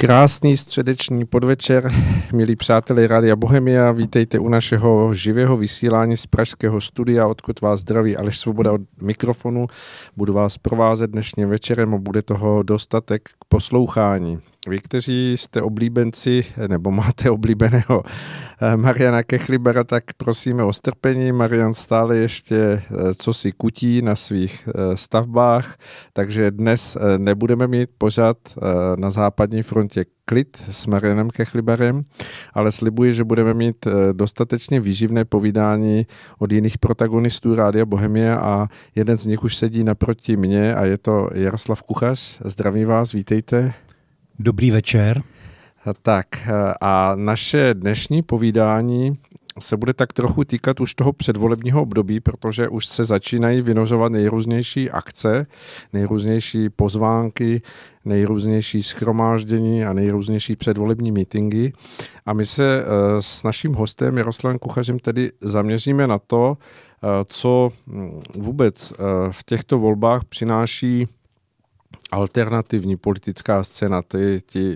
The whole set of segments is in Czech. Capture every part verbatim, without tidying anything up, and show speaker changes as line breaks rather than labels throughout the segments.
Krásný středeční podvečer, milí přátelé Rádia Bohemia, vítejte u našeho živého vysílání z pražského studia, odkud vás zdraví Aleš Svoboda od mikrofonu. Budu vás provázet dnešním večerem a bude toho dostatek k poslouchání. Vy, kteří jste oblíbenci, nebo máte oblíbeného Mariana Kechlibera, tak prosíme o strpení. Marian stále ještě cosi kutí na svých stavbách, takže dnes nebudeme mít pořad na západní frontě klid s Marianem Kechliberem, ale slibuji, že budeme mít dostatečně výživné povídání od jiných protagonistů Rádia Bohemia a jeden z nich už sedí naproti mně a je to Jaroslav Kuchař. Zdravím vás, vítejte.
Dobrý večer.
Tak a naše dnešní povídání se bude tak trochu týkat už toho předvolebního období, protože už se začínají vynořovat nejrůznější akce, nejrůznější pozvánky, nejrůznější shromáždění a nejrůznější předvolební mítingy. A my se s naším hostem Jaroslavem Kuchařem tedy zaměříme na to, co vůbec v těchto volbách přináší alternativní politická scéna, ty, ti,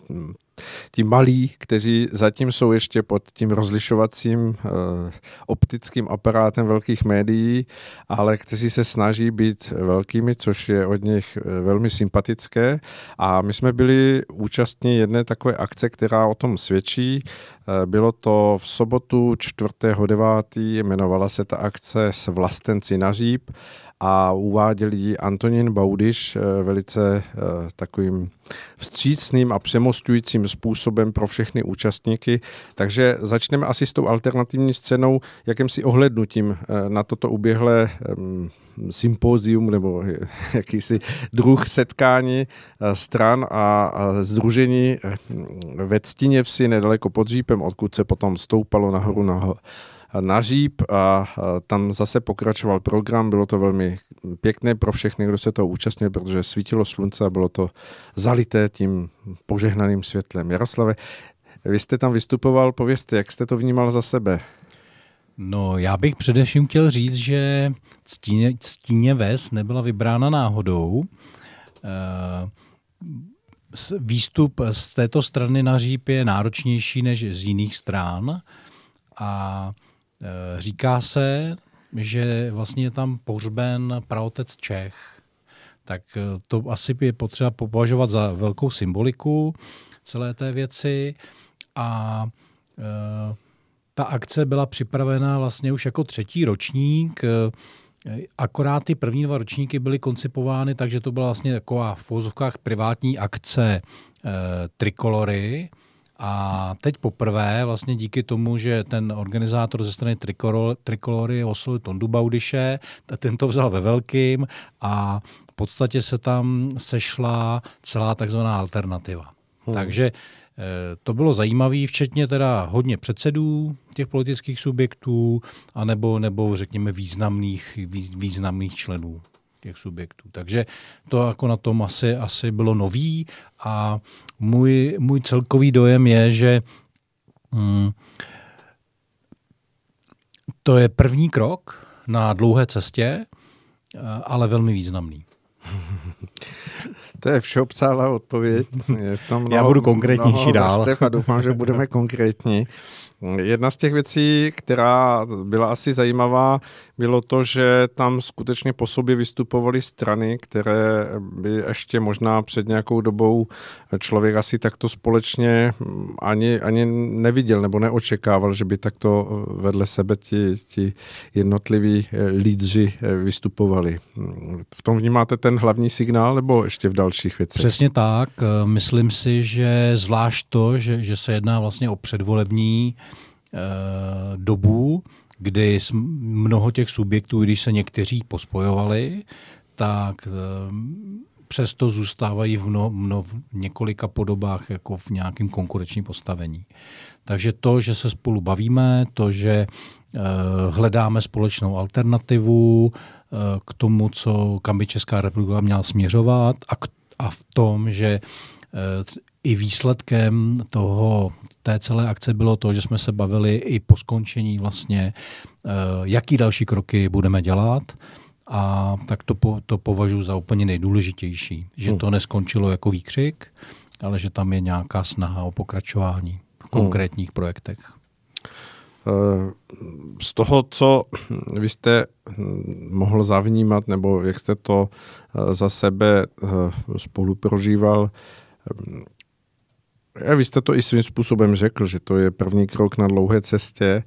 ti malí, kteří zatím jsou ještě pod tím rozlišovacím eh, optickým aparátem velkých médií, ale kteří se snaží být velkými, což je od nich velmi sympatické. A my jsme byli účastní jedné takové akce, která o tom svědčí. Eh, bylo to v sobotu čtvrtého devátého jmenovala se ta akce S vlastenci na říp a uváděl ji Antonín Baudyš velice takovým vstřícným a přemostujícím způsobem pro všechny účastníky. Takže začneme asi s tou alternativní scénou, jakýmsi ohlednutím na toto uběhlé sympózium nebo jakýsi druh setkání stran a sdružení ve Ctině vsi nedaleko pod Řípem, odkud se potom stoupalo nahoru na na Říp a tam zase pokračoval program. Bylo to velmi pěkné pro všechny, kdo se toho účastnil, protože svítilo slunce a bylo to zalité tím požehnaným světlem. Jaroslave, vy jste tam vystupoval, povězte, jak jste to vnímal za sebe?
No, já bych především chtěl říct, že Ctíně, Ctíně ves nebyla vybrána náhodou. Výstup z této strany na Říp je náročnější než z jiných stran a říká se, že vlastně je tam pohřben praotec Čech, tak to asi je potřeba považovat za velkou symboliku celé té věci a e, ta akce byla připravena vlastně už jako třetí ročník, akorát ty první dva ročníky byly koncipovány, takže to byla vlastně taková v uvozovkách privátní akce e, Trikolory. A teď poprvé vlastně díky tomu, že ten organizátor ze strany Trikolory oslovil Tondu Baudyše, ten to vzal ve velkým a v podstatě se tam sešla celá takzvaná alternativa. Hmm. Takže to bylo zajímavé, včetně teda hodně předsedů těch politických subjektů anebo, nebo řekněme významných, výz, významných členů těch subjektů. Takže to jako na tom asi, asi bylo nový a můj, můj celkový dojem je, že hm, to je první krok na dlouhé cestě, ale velmi významný.
To je všeobsáhlá odpověď. Je v tom mnoho,
Já budu konkrétnější dál.
A doufám, že budeme konkrétní. Jedna z těch věcí, která byla asi zajímavá, bylo to, že tam skutečně po sobě vystupovaly strany, které by ještě možná před nějakou dobou člověk asi takto společně ani, ani neviděl nebo neočekával, že by takto vedle sebe ti, ti jednotliví lídři vystupovali. V tom vnímáte ten hlavní signál nebo ještě v dalších věcech?
Přesně tak. Myslím si, že zvlášť to, že, že se jedná vlastně o předvolební dobu, kdy mnoho těch subjektů, když se někteří pospojovali, tak přesto zůstávají v, mno, mno, v několika podobách jako v nějakém konkurenčním postavení. Takže to, že se spolu bavíme, to, že uh, hledáme společnou alternativu uh, k tomu, co, kam by Česká republika měla směřovat a, k, a v tom, že uh, i výsledkem toho, té celé akce bylo to, že jsme se bavili i po skončení vlastně, uh, jaký další kroky budeme dělat. A tak to, po, to považuji za úplně nejdůležitější, že to neskončilo jako výkřik, ale že tam je nějaká snaha o pokračování v konkrétních hmm. projektech.
Z toho, co vy jste mohl zavnímat, nebo jak jste to za sebe spolu prožíval, vy jste to i svým způsobem řekl, že to je první krok na dlouhé cestě.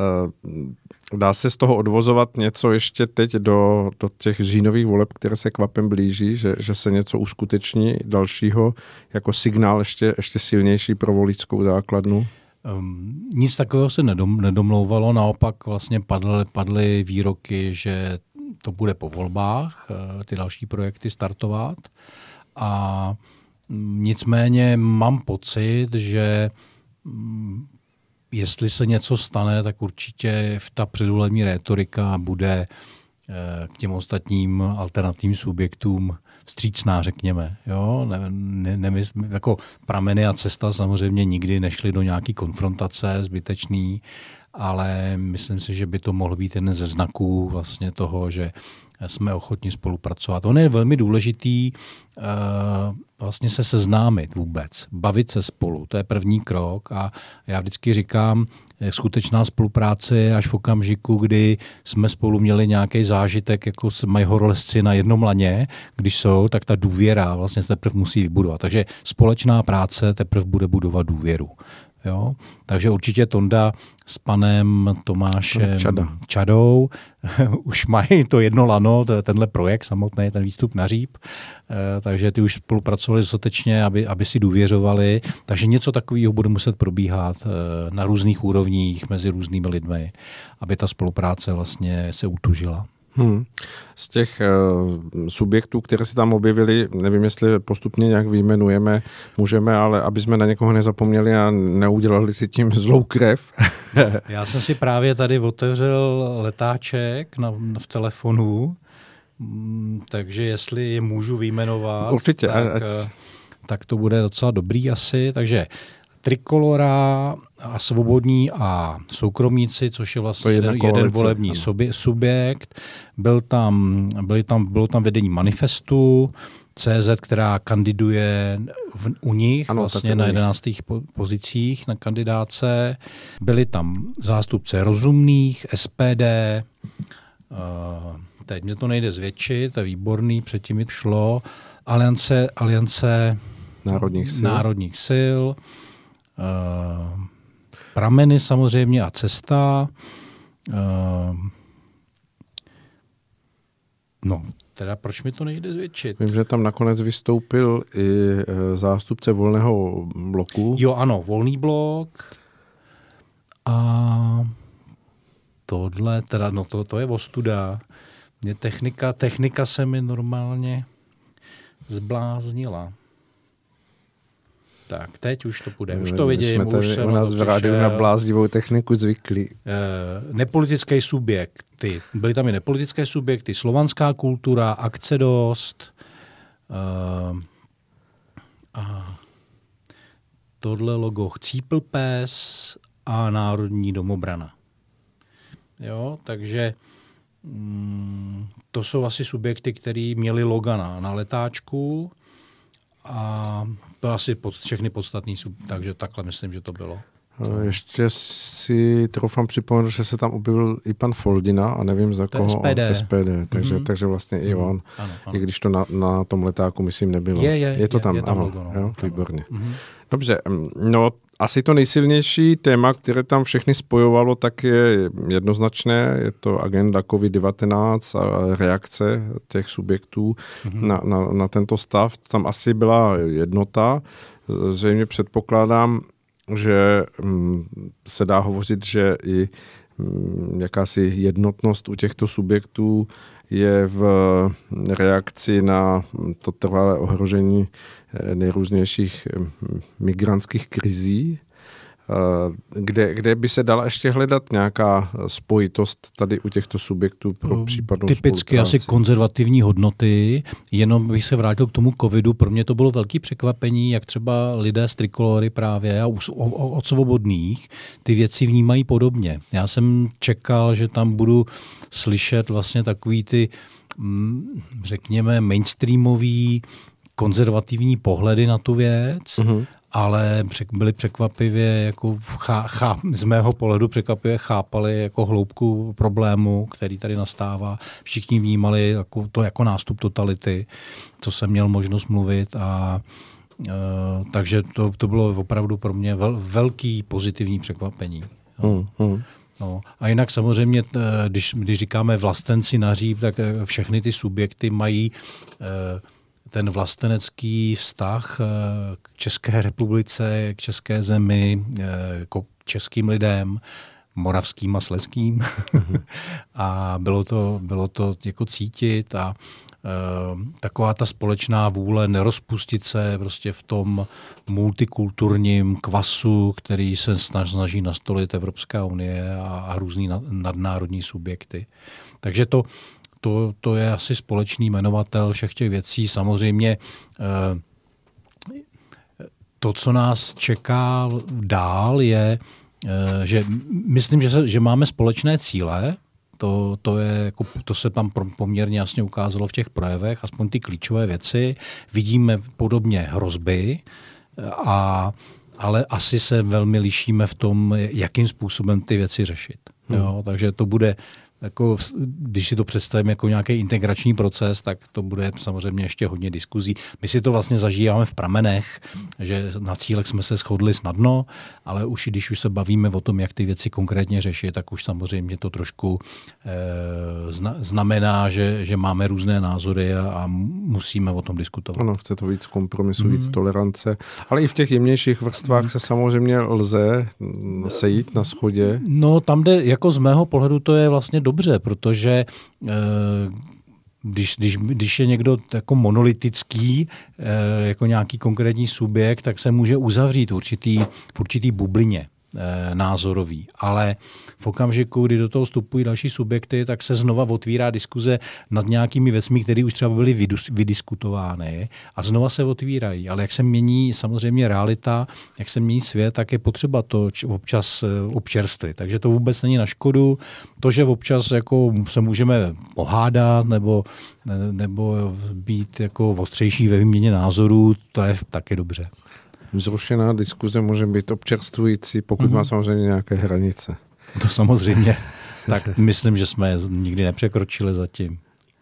Dá se z toho odvozovat něco ještě teď do, do těch říjnových voleb, které se kvapem blíží, že, že se něco uskuteční dalšího jako signál ještě, ještě silnější pro voličskou základnu?
Um, nic takového se nedom, nedomlouvalo, naopak vlastně padly, padly výroky, že to bude po volbách, ty další projekty startovat a nicméně mám pocit, že jestli se něco stane, tak určitě v ta předvolební rétorika bude k těm ostatním alternativním subjektům vstřícná, řekněme. Jo? Ne, ne, nemysl, jako prameny a cesta samozřejmě nikdy nešly do nějaký konfrontace zbytečný, ale myslím si, že by to mohl být jeden ze znaků vlastně toho, že jsme ochotni spolupracovat. On je velmi důležitý uh, vlastně se seznámit vůbec, bavit se spolu, to je první krok a já vždycky říkám, skutečná spolupráce je až v okamžiku, kdy jsme spolu měli nějaký zážitek, jako mají horolezci na jednom laně, když jsou, tak ta důvěra vlastně se teprve musí vybudovat. Takže společná práce teprve bude budovat důvěru. Jo? Takže určitě Tonda s panem Tomášem
Čada.
Čadou už mají to jedno lano, tenhle projekt samotný, ten výstup na Říp, takže ty už spolupracovali dostatečně, aby, aby si důvěřovali, takže něco takového bude muset probíhat na různých úrovních mezi různými lidmi, aby ta spolupráce vlastně se utužila.
Hmm. Z těch uh, subjektů, které se tam objevily, nevím, jestli postupně nějak vyjmenujeme, můžeme, ale aby jsme na někoho nezapomněli a neudělali si tím zlou krev.
Já jsem si právě tady otevřel letáček na, v telefonu, takže jestli je můžu vyjmenovat,
určitě,
tak,
ať...
tak to bude docela dobrý asi. Takže Trikolora a Svobodní a Soukromníci, což je vlastně jeden, jeden volební subje, subjekt. Byl tam, byli tam, bylo tam vedení Manifestu, C Z, která kandiduje v, u nich ano, vlastně na jedenáctých pozicích na kandidáce. Byli tam zástupce Rozumných, S P D, uh, teď mě to nejde zvětšit, to je výborný, předtím mi šlo, Aliance, Aliance
národních sil,
národních sil Uh, Prameny samozřejmě a Cesta. Uh, no, teda proč mi to nejde zvětšit?
Vím, že tam nakonec vystoupil i zástupce Volného bloku.
Jo, ano, Volný blok. A tohle, teda, no to, to je ostuda. Mě technika, technika se mi normálně zbláznila. Tak, teď už to půjde. Už to vidím.
My jsme tady u nás v rádiu na bláznivou techniku zvyklí.
E, nepolitické subjekty. Byly tam i nepolitické subjekty. Slovanská kultura, Akce Dost. E, a tohle logo Chcípl pes a Národní domobrana. Jo, takže mm, to jsou asi subjekty, které měly loga na, na letáčku a to asi pod, všechny podstatný, takže takhle myslím, že to bylo.
Ještě si troufám připomenout, že se tam objevil i pan Foldina a nevím za koho.
S P D.
S P D, takže, mm-hmm. takže vlastně mm-hmm. i on, ano, ano. i když to na, na tom letáku myslím nebylo.
Je, je,
je to
je,
tam,
je tam
ano,
logo, no.
Jo, výborně.
Mm-hmm.
Dobře, no asi to nejsilnější téma, které tam všechny spojovalo, tak je jednoznačné, je to agenda covid devatenáct a reakce těch subjektů mm-hmm. na, na, na tento stav. Tam asi byla jednota, zřejmě předpokládám, že se dá hovořit, že i jakási jednotnost u těchto subjektů je v reakci na to trvalé ohrožení nejrůznějších migrantských krizí, kde, kde by se dala ještě hledat nějaká spojitost tady u těchto subjektů pro případnou
typicky spolupráci. Asi konzervativní hodnoty, jenom bych se vrátil k tomu covidu, pro mě to bylo velké překvapení, jak třeba lidé z Trikolory právě a od Svobodných ty věci vnímají podobně. Já jsem čekal, že tam budu slyšet vlastně takový ty, řekněme, mainstreamový konzervativní pohledy na tu věc, uh-huh. ale byli překvapivě, jako chá, chá, z mého pohledu překvapivě chápali jako hloubku problému, který tady nastává. Všichni vnímali jako, to jako nástup totality, co jsem měl možnost mluvit a uh, takže to, to bylo opravdu pro mě vel, velký pozitivní překvapení. No. Uh-huh. No. A jinak samozřejmě, když, když říkáme vlastenci na hříb, tak všechny ty subjekty mají ten vlastenecký vztah k České republice, k české zemi, k českým lidem, moravským a slezským. Mm-hmm. A bylo to, bylo to jako cítit a uh, taková ta společná vůle nerozpustit se prostě v tom multikulturním kvasu, který se snaží nastolit Evropská unie a, a různý nadnárodní subjekty. Takže to To, to je asi společný jmenovatel všech těch věcí. Samozřejmě to, co nás čeká dál, je, že myslím, že, se, že máme společné cíle. To, to, je, jako, to se tam poměrně jasně ukázalo v těch projevech, aspoň ty klíčové věci. Vidíme podobně hrozby, a, ale asi se velmi lišíme v tom, jakým způsobem ty věci řešit. Hmm. Jo, takže to bude jako, když si to představíme jako nějaký integrační proces, tak to bude samozřejmě ještě hodně diskuzí. My si to vlastně zažíváme v pramenech, že na cílech jsme se shodli snadno, ale už když už se bavíme o tom, jak ty věci konkrétně řešit, tak už samozřejmě to trošku eh, zna, znamená, že, že máme různé názory a, a musíme o tom diskutovat.
Ano, chce to víc kompromisu, hmm. víc tolerance, ale i v těch jemnějších vrstvách hmm. se samozřejmě lze sejít na shodě.
No tam jde, jako z mého pohledu to je vlastně dobře, protože e, když, když, když je někdo jako monolitický, e, jako nějaký konkrétní subjekt, tak se může uzavřít určitý, v určitý bublině e, názorový. Ale v okamžiku, kdy do toho vstupují další subjekty, tak se znova otvírá diskuze nad nějakými věcmi, které už třeba byly vydiskutovány a znova se otvírají. Ale jak se mění samozřejmě realita, jak se mění svět, tak je potřeba to občas občerstvit. Takže to vůbec není na škodu. To, že občas jako se můžeme pohádat nebo, nebo být jako ostřejší ve výměně názorů, to je taky dobře.
Vzrušená diskuze může být občerstvující, pokud mm-hmm. má samozřejmě nějaké hranice.
To samozřejmě. Tak myslím, že jsme je nikdy nepřekročili zatím.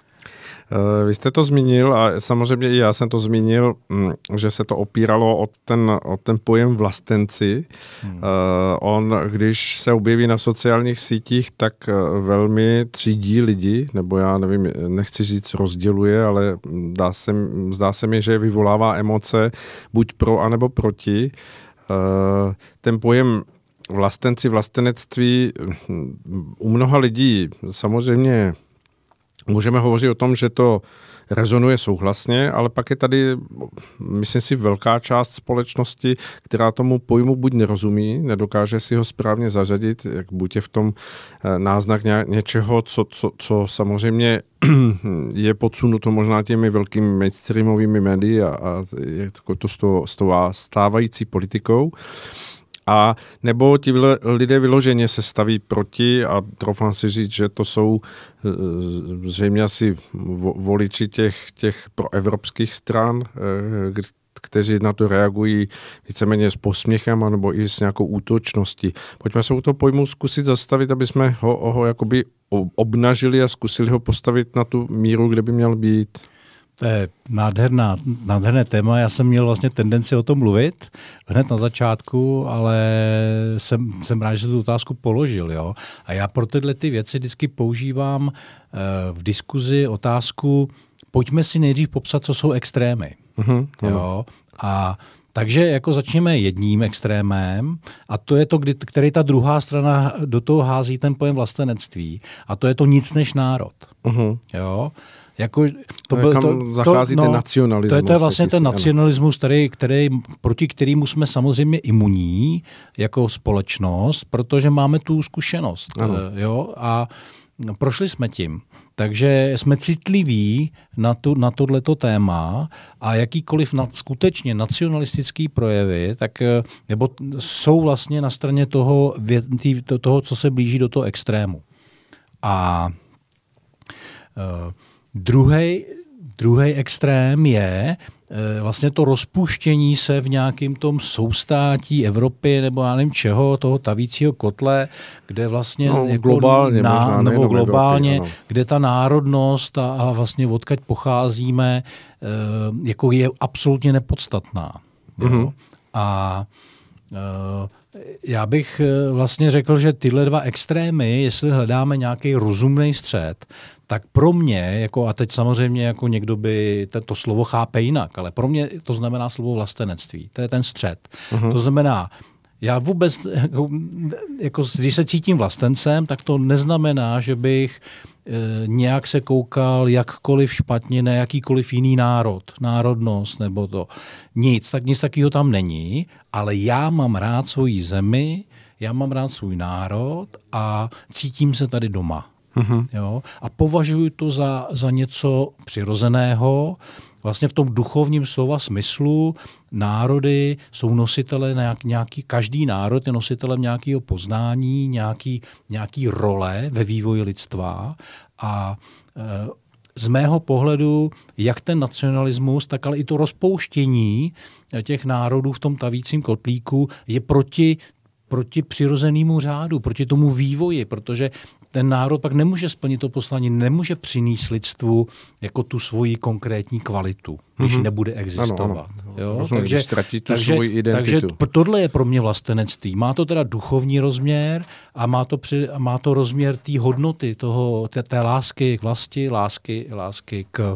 Vy jste to zmínil a samozřejmě i já jsem to zmínil, že se to opíralo o ten, o ten pojem vlastenci. Hmm. Uh, on, když se objeví na sociálních sítích, tak velmi třídí lidi, nebo já nevím, nechci říct rozděluje, ale dá se, zdá se mi, že vyvolává emoce buď pro, anebo proti. Uh, ten pojem vlastenci, vlastenectví u mnoha lidí samozřejmě můžeme hovořit o tom, že to rezonuje souhlasně, ale pak je tady, myslím si, velká část společnosti, která tomu pojmu buď nerozumí, nedokáže si ho správně zařadit, jak buď je v tom náznak něčeho, co, co, co samozřejmě je podsunuto možná těmi velkými mainstreamovými médii a, a je to s tou, s tou stávající politikou. A nebo ti lidé vyloženě se staví proti a troufám si říct, že to jsou zřejmě asi voliči těch, těch proevropských stran, kteří na to reagují víceméně s posměchem nebo i s nějakou útočností. Pojďme se u toho pojmu zkusit zastavit, aby jsme ho, ho jakoby obnažili a zkusili ho postavit na tu míru, kde by měl být.
To je nádherná, nádherné téma. Já jsem měl vlastně tendenci o tom mluvit hned na začátku, ale jsem, jsem rád, že tu otázku položil. Jo? A já pro tyhle ty věci vždycky používám eh, v diskuzi otázku, pojďme si nejdřív popsat, co jsou extrémy. Uh-huh, jo? A takže jako začněme jedním extrémem a to je to, kdy, který ta druhá strana do toho hází ten pojem vlastenectví. A to je to nic než národ. Uh-huh. Jo? Jako, to byl,
kam
to,
zachází
to,
ten
no,
nacionalismus.
To je, to je vlastně ten nacionalismus, který, který, proti kterému jsme samozřejmě imunní jako společnost, protože máme tu zkušenost. Jo? A prošli jsme tím. Takže jsme citliví na, tu, na tohleto téma a jakýkoliv nad, skutečně nacionalistický projevy, tak, nebo jsou vlastně na straně toho, toho, co se blíží do toho extrému. A uh, Druhý druhý extrém je, vlastně to rozpuštění se v nějakém tom soustátí Evropy nebo já nevím čeho, toho tavícího kotle, kde vlastně
no,
jako
globálně,
na,
možná,
nebo globálně,
Evropy,
kde ta národnost a, a vlastně odkud pocházíme, jako je absolutně nepodstatná. Mm-hmm. A já bych vlastně řekl, že tyhle dva extrémy, jestli hledáme nějaký rozumný střed, tak pro mě, jako, a teď samozřejmě jako někdo by to slovo chápe jinak, ale pro mě to znamená slovo vlastenectví. To je ten střed. Uh-huh. To znamená, já vůbec, jako, jako, když se cítím vlastencem, tak to neznamená, že bych e, nějak se koukal jakkoliv špatně na jakýkoliv jiný národ, národnost nebo to. Nic, tak nic takového tam není, ale já mám rád svoji zemi, já mám rád svůj národ a cítím se tady doma. Mm-hmm. Jo? A považuji to za, za něco přirozeného. Vlastně v tom duchovním slova smyslu národy jsou nositele nějak, nějaký, každý národ je nositelem nějakého poznání, nějaký, nějaký role ve vývoji lidstva a e, z mého pohledu, jak ten nacionalismus, tak ale i to rozpouštění těch národů v tom tavícím kotlíku je proti proti přirozenému řádu, proti tomu vývoji, protože ten národ pak nemůže splnit to poslání, nemůže přinést lidstvu jako tu svoji konkrétní kvalitu, když mm-hmm. nebude existovat. Ano, ano. Jo?
Rozumím,
takže,
když ztratí tu
takže,
svoji identitu.
Takže tohle je pro mě vlastenectví. Má to teda duchovní rozměr a má to, při, má to rozměr té hodnoty, toho, té, té lásky k vlasti, lásky, lásky k,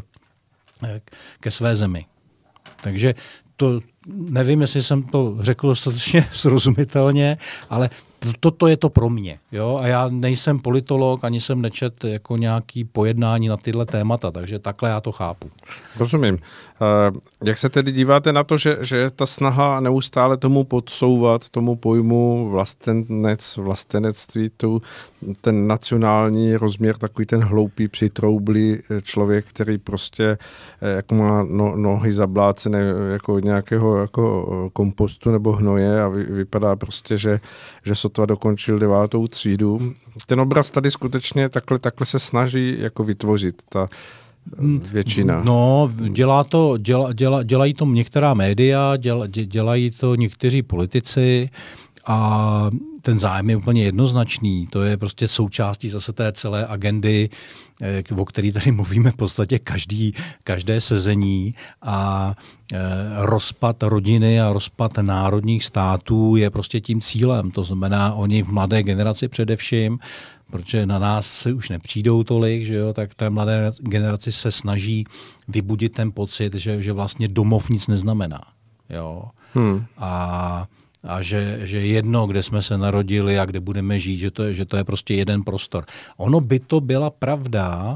ke své zemi. Takže to nevím, jestli jsem to řekl dostatečně srozumitelně, ale toto je to pro mě. Jo? A já nejsem politolog, ani jsem nečet jako nějaký pojednání na tyhle témata, takže takhle já to chápu.
Rozumím. Jak se tedy díváte na to, že, že je ta snaha neustále tomu podsouvat, tomu pojmu vlastenec, vlastenectví, tu, ten nacionální rozměr, takový ten hloupý, přitroublý člověk, který prostě jako má no, nohy zablácené jako nějakého jako kompostu nebo hnoje a vy, vypadá prostě, že, že sotva dokončil devátou třídu. Ten obraz tady skutečně takhle, takhle se snaží jako vytvořit ta většina.
No, dělá to, děla, děla, dělají to některá média, děla, dělají to někteří politici a ten zájem je úplně jednoznačný. To je prostě součástí zase té celé agendy, o které tady mluvíme v podstatě každý, každé sezení a e, rozpad rodiny a rozpad národních států je prostě tím cílem. To znamená, oni v mladé generaci především, protože na nás se už nepřijdou tolik, že jo, tak té mladé generaci se snaží vybudit ten pocit, že, že vlastně domov nic neznamená. Jo. Hmm. A a že, že jedno, kde jsme se narodili a kde budeme žít, že to je, že to je prostě jeden prostor. Ono by to byla pravda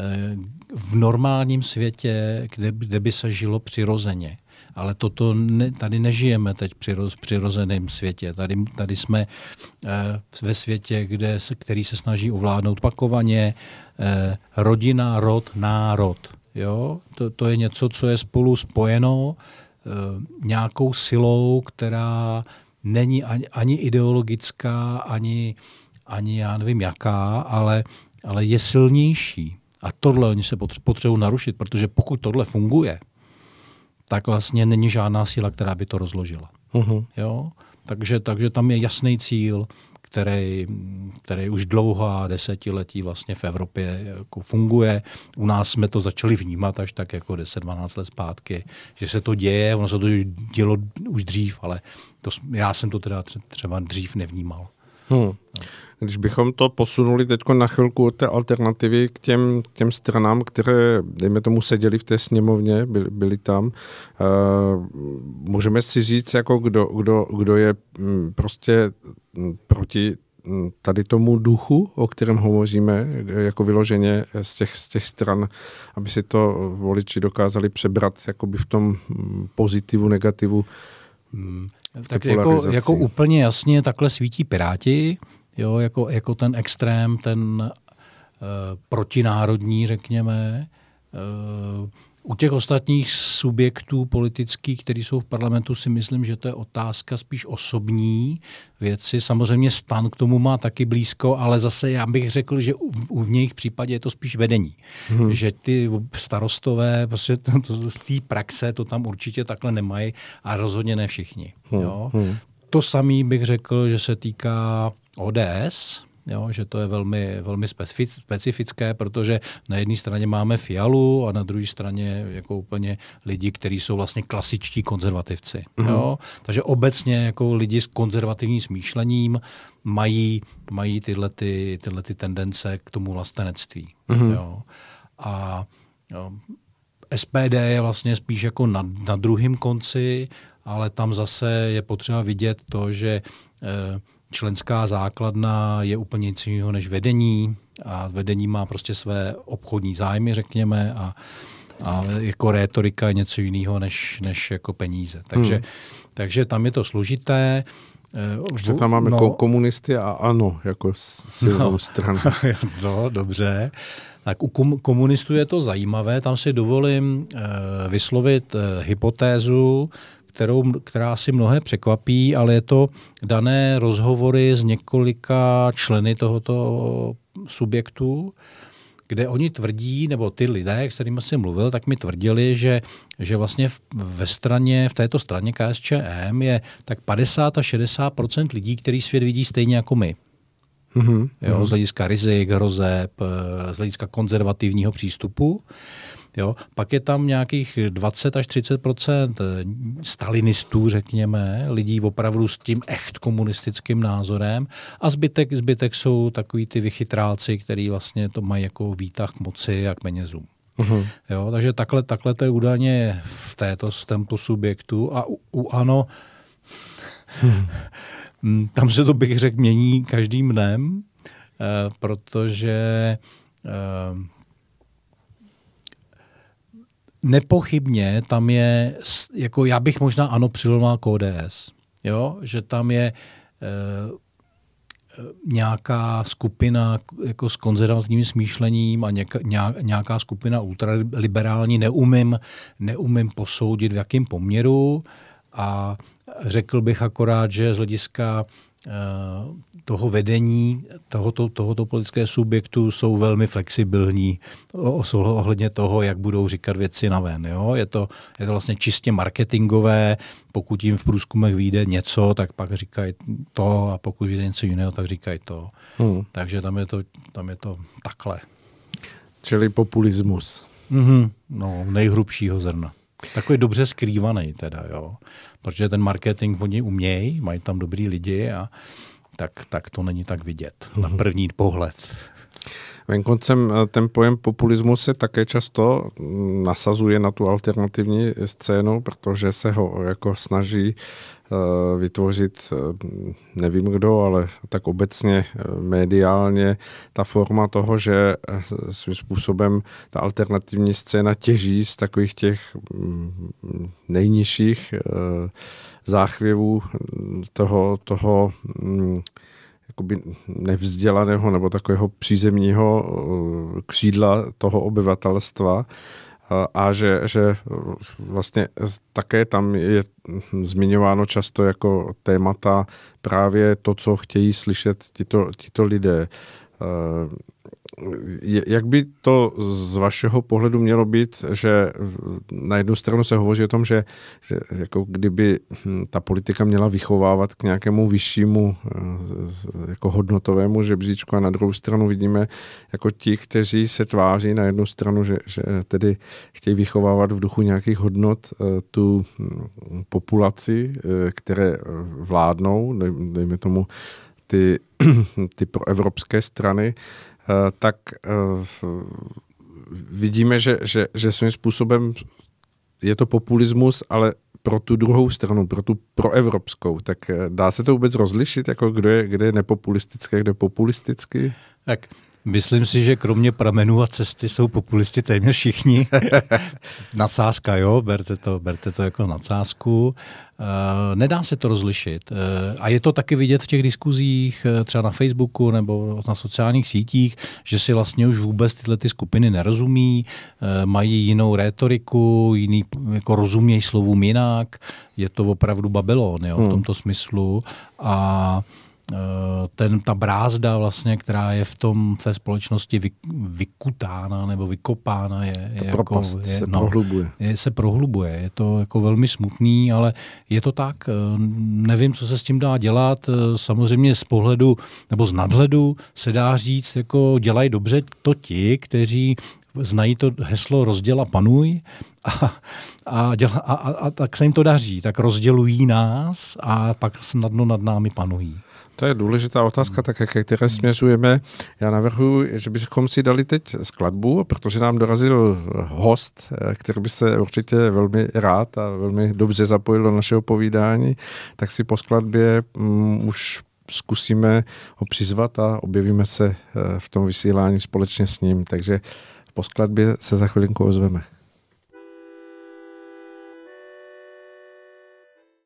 v normálním světě, kde, kde by se žilo přirozeně. Ale toto ne, tady nežijeme teď v přirozeném světě. Tady, tady jsme eh, ve světě, kde se, který se snaží ovládnout pakovaně eh, rodina, rod, národ. Jo? To, to je něco, co je spolu spojeno nějakou silou, která není ani, ani ideologická, ani, ani já nevím jaká, ale, ale je silnější. A tohle oni se potřebují narušit, protože pokud tohle funguje, tak vlastně není žádná síla, která by to rozložila. Uh-huh. Jo? Takže, takže tam je jasný cíl, který, který už dlouhá desetiletí vlastně v Evropě jako funguje. U nás jsme to začali vnímat až tak jako deset dvanáct let zpátky, že se to děje, ono se to dělo už dřív, ale to, já jsem to teda třeba dřív nevnímal.
Hmm. Když bychom to posunuli teď na chvilku od té alternativy k těm, těm stranám, které, dejme tomu, seděli v té sněmovně, byli, byli tam, uh, můžeme si říct, jako kdo, kdo, kdo je m, prostě m, proti m, tady tomu duchu, o kterém hovoříme, jako vyloženě z těch, z těch stran, aby si to voliči dokázali přebrat jakoby v tom m, pozitivu, negativu.
Hmm. Tak jako, jako úplně jasně takhle svítí Piráti, jo, jako, jako ten extrém, ten uh, protinárodní, řekněme. Uh, U těch ostatních subjektů politických, kteří jsou v parlamentu, si myslím, že to je otázka spíš osobní věci. Samozřejmě STAN k tomu má taky blízko, ale zase já bych řekl, že u, v jejich případě je to spíš vedení. Hmm. Že ty starostové, prostě to, to, z té praxe to tam určitě takhle nemají a rozhodně ne všichni. Hmm. Jo. Hmm. To samé bych řekl, že se týká O D S, jo, že to je velmi, velmi specifické, protože na jedné straně máme Fialu a na druhé straně jako úplně lidi, kteří jsou vlastně klasičtí konzervativci. Mm-hmm. Jo. Takže obecně jako lidi s konzervativním smýšlením mají, mají tyhle, ty, tyhle ty tendence k tomu vlastenectví. Mm-hmm. Jo. A jo, S P D je vlastně spíš jako na, na druhém konci, ale tam zase je potřeba vidět to, že eh, členská základna je úplně nic jiného než vedení a vedení má prostě své obchodní zájmy, řekněme, a, a jako rétorika je něco jiného než, než jako peníze. Takže, hmm. takže tam je to složité.
Ještě tam máme no, komunisty a ANO jako silnou no, stranu.
No, dobře. Tak u komunistů je to zajímavé. Tam si dovolím uh, vyslovit uh, hypotézu, Kterou, která si mnohé překvapí, ale je to dané rozhovory s několika členy tohoto subjektu, kde oni tvrdí, nebo ty lidé, s kterými jsem mluvil, tak mi tvrdili, že, že vlastně v, ve straně, v této straně K S Č M je tak padesát až šedesát procent lidí, který svět vidí stejně jako my. Mm-hmm. Jo, z hlediska rizik, hrozeb, z hlediska konzervativního přístupu. Jo, pak je tam nějakých dvacet až třicet procent stalinistů, řekněme, lidí opravdu s tím echt komunistickým názorem a zbytek, zbytek jsou takový ty vychytrálci, který vlastně to mají jako výtah k moci a k penězům. Uh-huh. Jo, takže takhle, takhle to je údajně v, této, v tomto subjektu a u, u ANO hmm. tam se to, bych řekl, mění každým dnem, eh, protože eh, nepochybně tam je, jako já bych možná ano přirovnal k O D S, jo? Že tam je e, nějaká skupina jako s konzervativním smýšlením a něka, nějaká skupina ultraliberální, neumím, neumím posoudit v jakém poměru a řekl bych akorát, že z hlediska toho vedení tohoto, tohoto politického subjektu jsou velmi flexibilní ohledně toho, jak budou říkat věci naven. Jo? Je to, je to vlastně čistě marketingové, pokud jim v průzkumech vyjde něco, tak pak říkají to a pokud vyjde něco jiného, tak říkají to. Hmm. Takže tam je to, tam je to takhle.
Čili populismus.
Mm-hmm. No, nejhrubšího zrna. Takový dobře skrývaný teda, jo. Protože ten marketing oni umějí, mají tam dobrý lidi a tak, tak to není tak vidět na první pohled.
Venkoncem ten pojem populismus se také často nasazuje na tu alternativní scénu, protože se ho jako snaží uh, vytvořit, uh, nevím kdo, ale tak obecně uh, mediálně ta forma toho, že uh, svým způsobem ta alternativní scéna těží z takových těch um, nejnižších uh, záchvěvů toho, toho um, jakoby nevzdělaného nebo takového přízemního křídla toho obyvatelstva a že, že vlastně také tam je zmiňováno často jako témata právě to, co chtějí slyšet tito, tito lidé. Jak by to z vašeho pohledu mělo být, že na jednu stranu se hovoří o tom, že, že jako kdyby ta politika měla vychovávat k nějakému vyššímu jako hodnotovému žebříčku a na druhou stranu vidíme jako ti, kteří se tváří na jednu stranu, že, že tedy chtějí vychovávat v duchu nějakých hodnot tu populaci, které vládnou, dejme tomu ty, ty proevropské strany, tak vidíme, že, že, že svým způsobem je to populismus, ale pro tu druhou stranu, pro tu proevropskou. Tak dá se to vůbec rozlišit, jako kdo je, kde je nepopulistické, kde je populistický?
Tak Myslím si, že kromě pramenů a cesty jsou populisti téměř všichni. Nadsázka, jo, berte to, berte to jako nadsázku. Uh, nedá se to rozlišit. Uh, a je to taky vidět v těch diskuzích, uh, třeba na Facebooku nebo na sociálních sítích, že si vlastně už vůbec tyhle ty skupiny nerozumí, uh, mají jinou rétoriku, jiný, jako rozumějí slovům jinak. Je to opravdu Babylon, jo, v tomto smyslu. A ten, ta brázda vlastně, která je v tom v té společnosti vy, vykutána nebo vykopána, je, je jako, je,
se
no,
prohlubuje.
Je, se prohlubuje. Je to jako velmi smutný, ale je to tak. Nevím, co se s tím dá dělat. Samozřejmě z pohledu nebo z nadhledu se dá říct, jako dělají dobře to ti, kteří znají to heslo rozděl a panuj a, a, děla, a, a, a tak se jim to daří. Tak rozdělují nás a pak snadno nad námi panují.
To je důležitá otázka, tak jak které směřujeme. Já navrhuji, že bychom si dali teď skladbu, protože nám dorazil host, který by se určitě velmi rád a velmi dobře zapojil do našeho povídání, tak si po skladbě um, už zkusíme ho přizvat a objevíme se v tom vysílání společně s ním. Takže po skladbě se za chvilinku ozveme.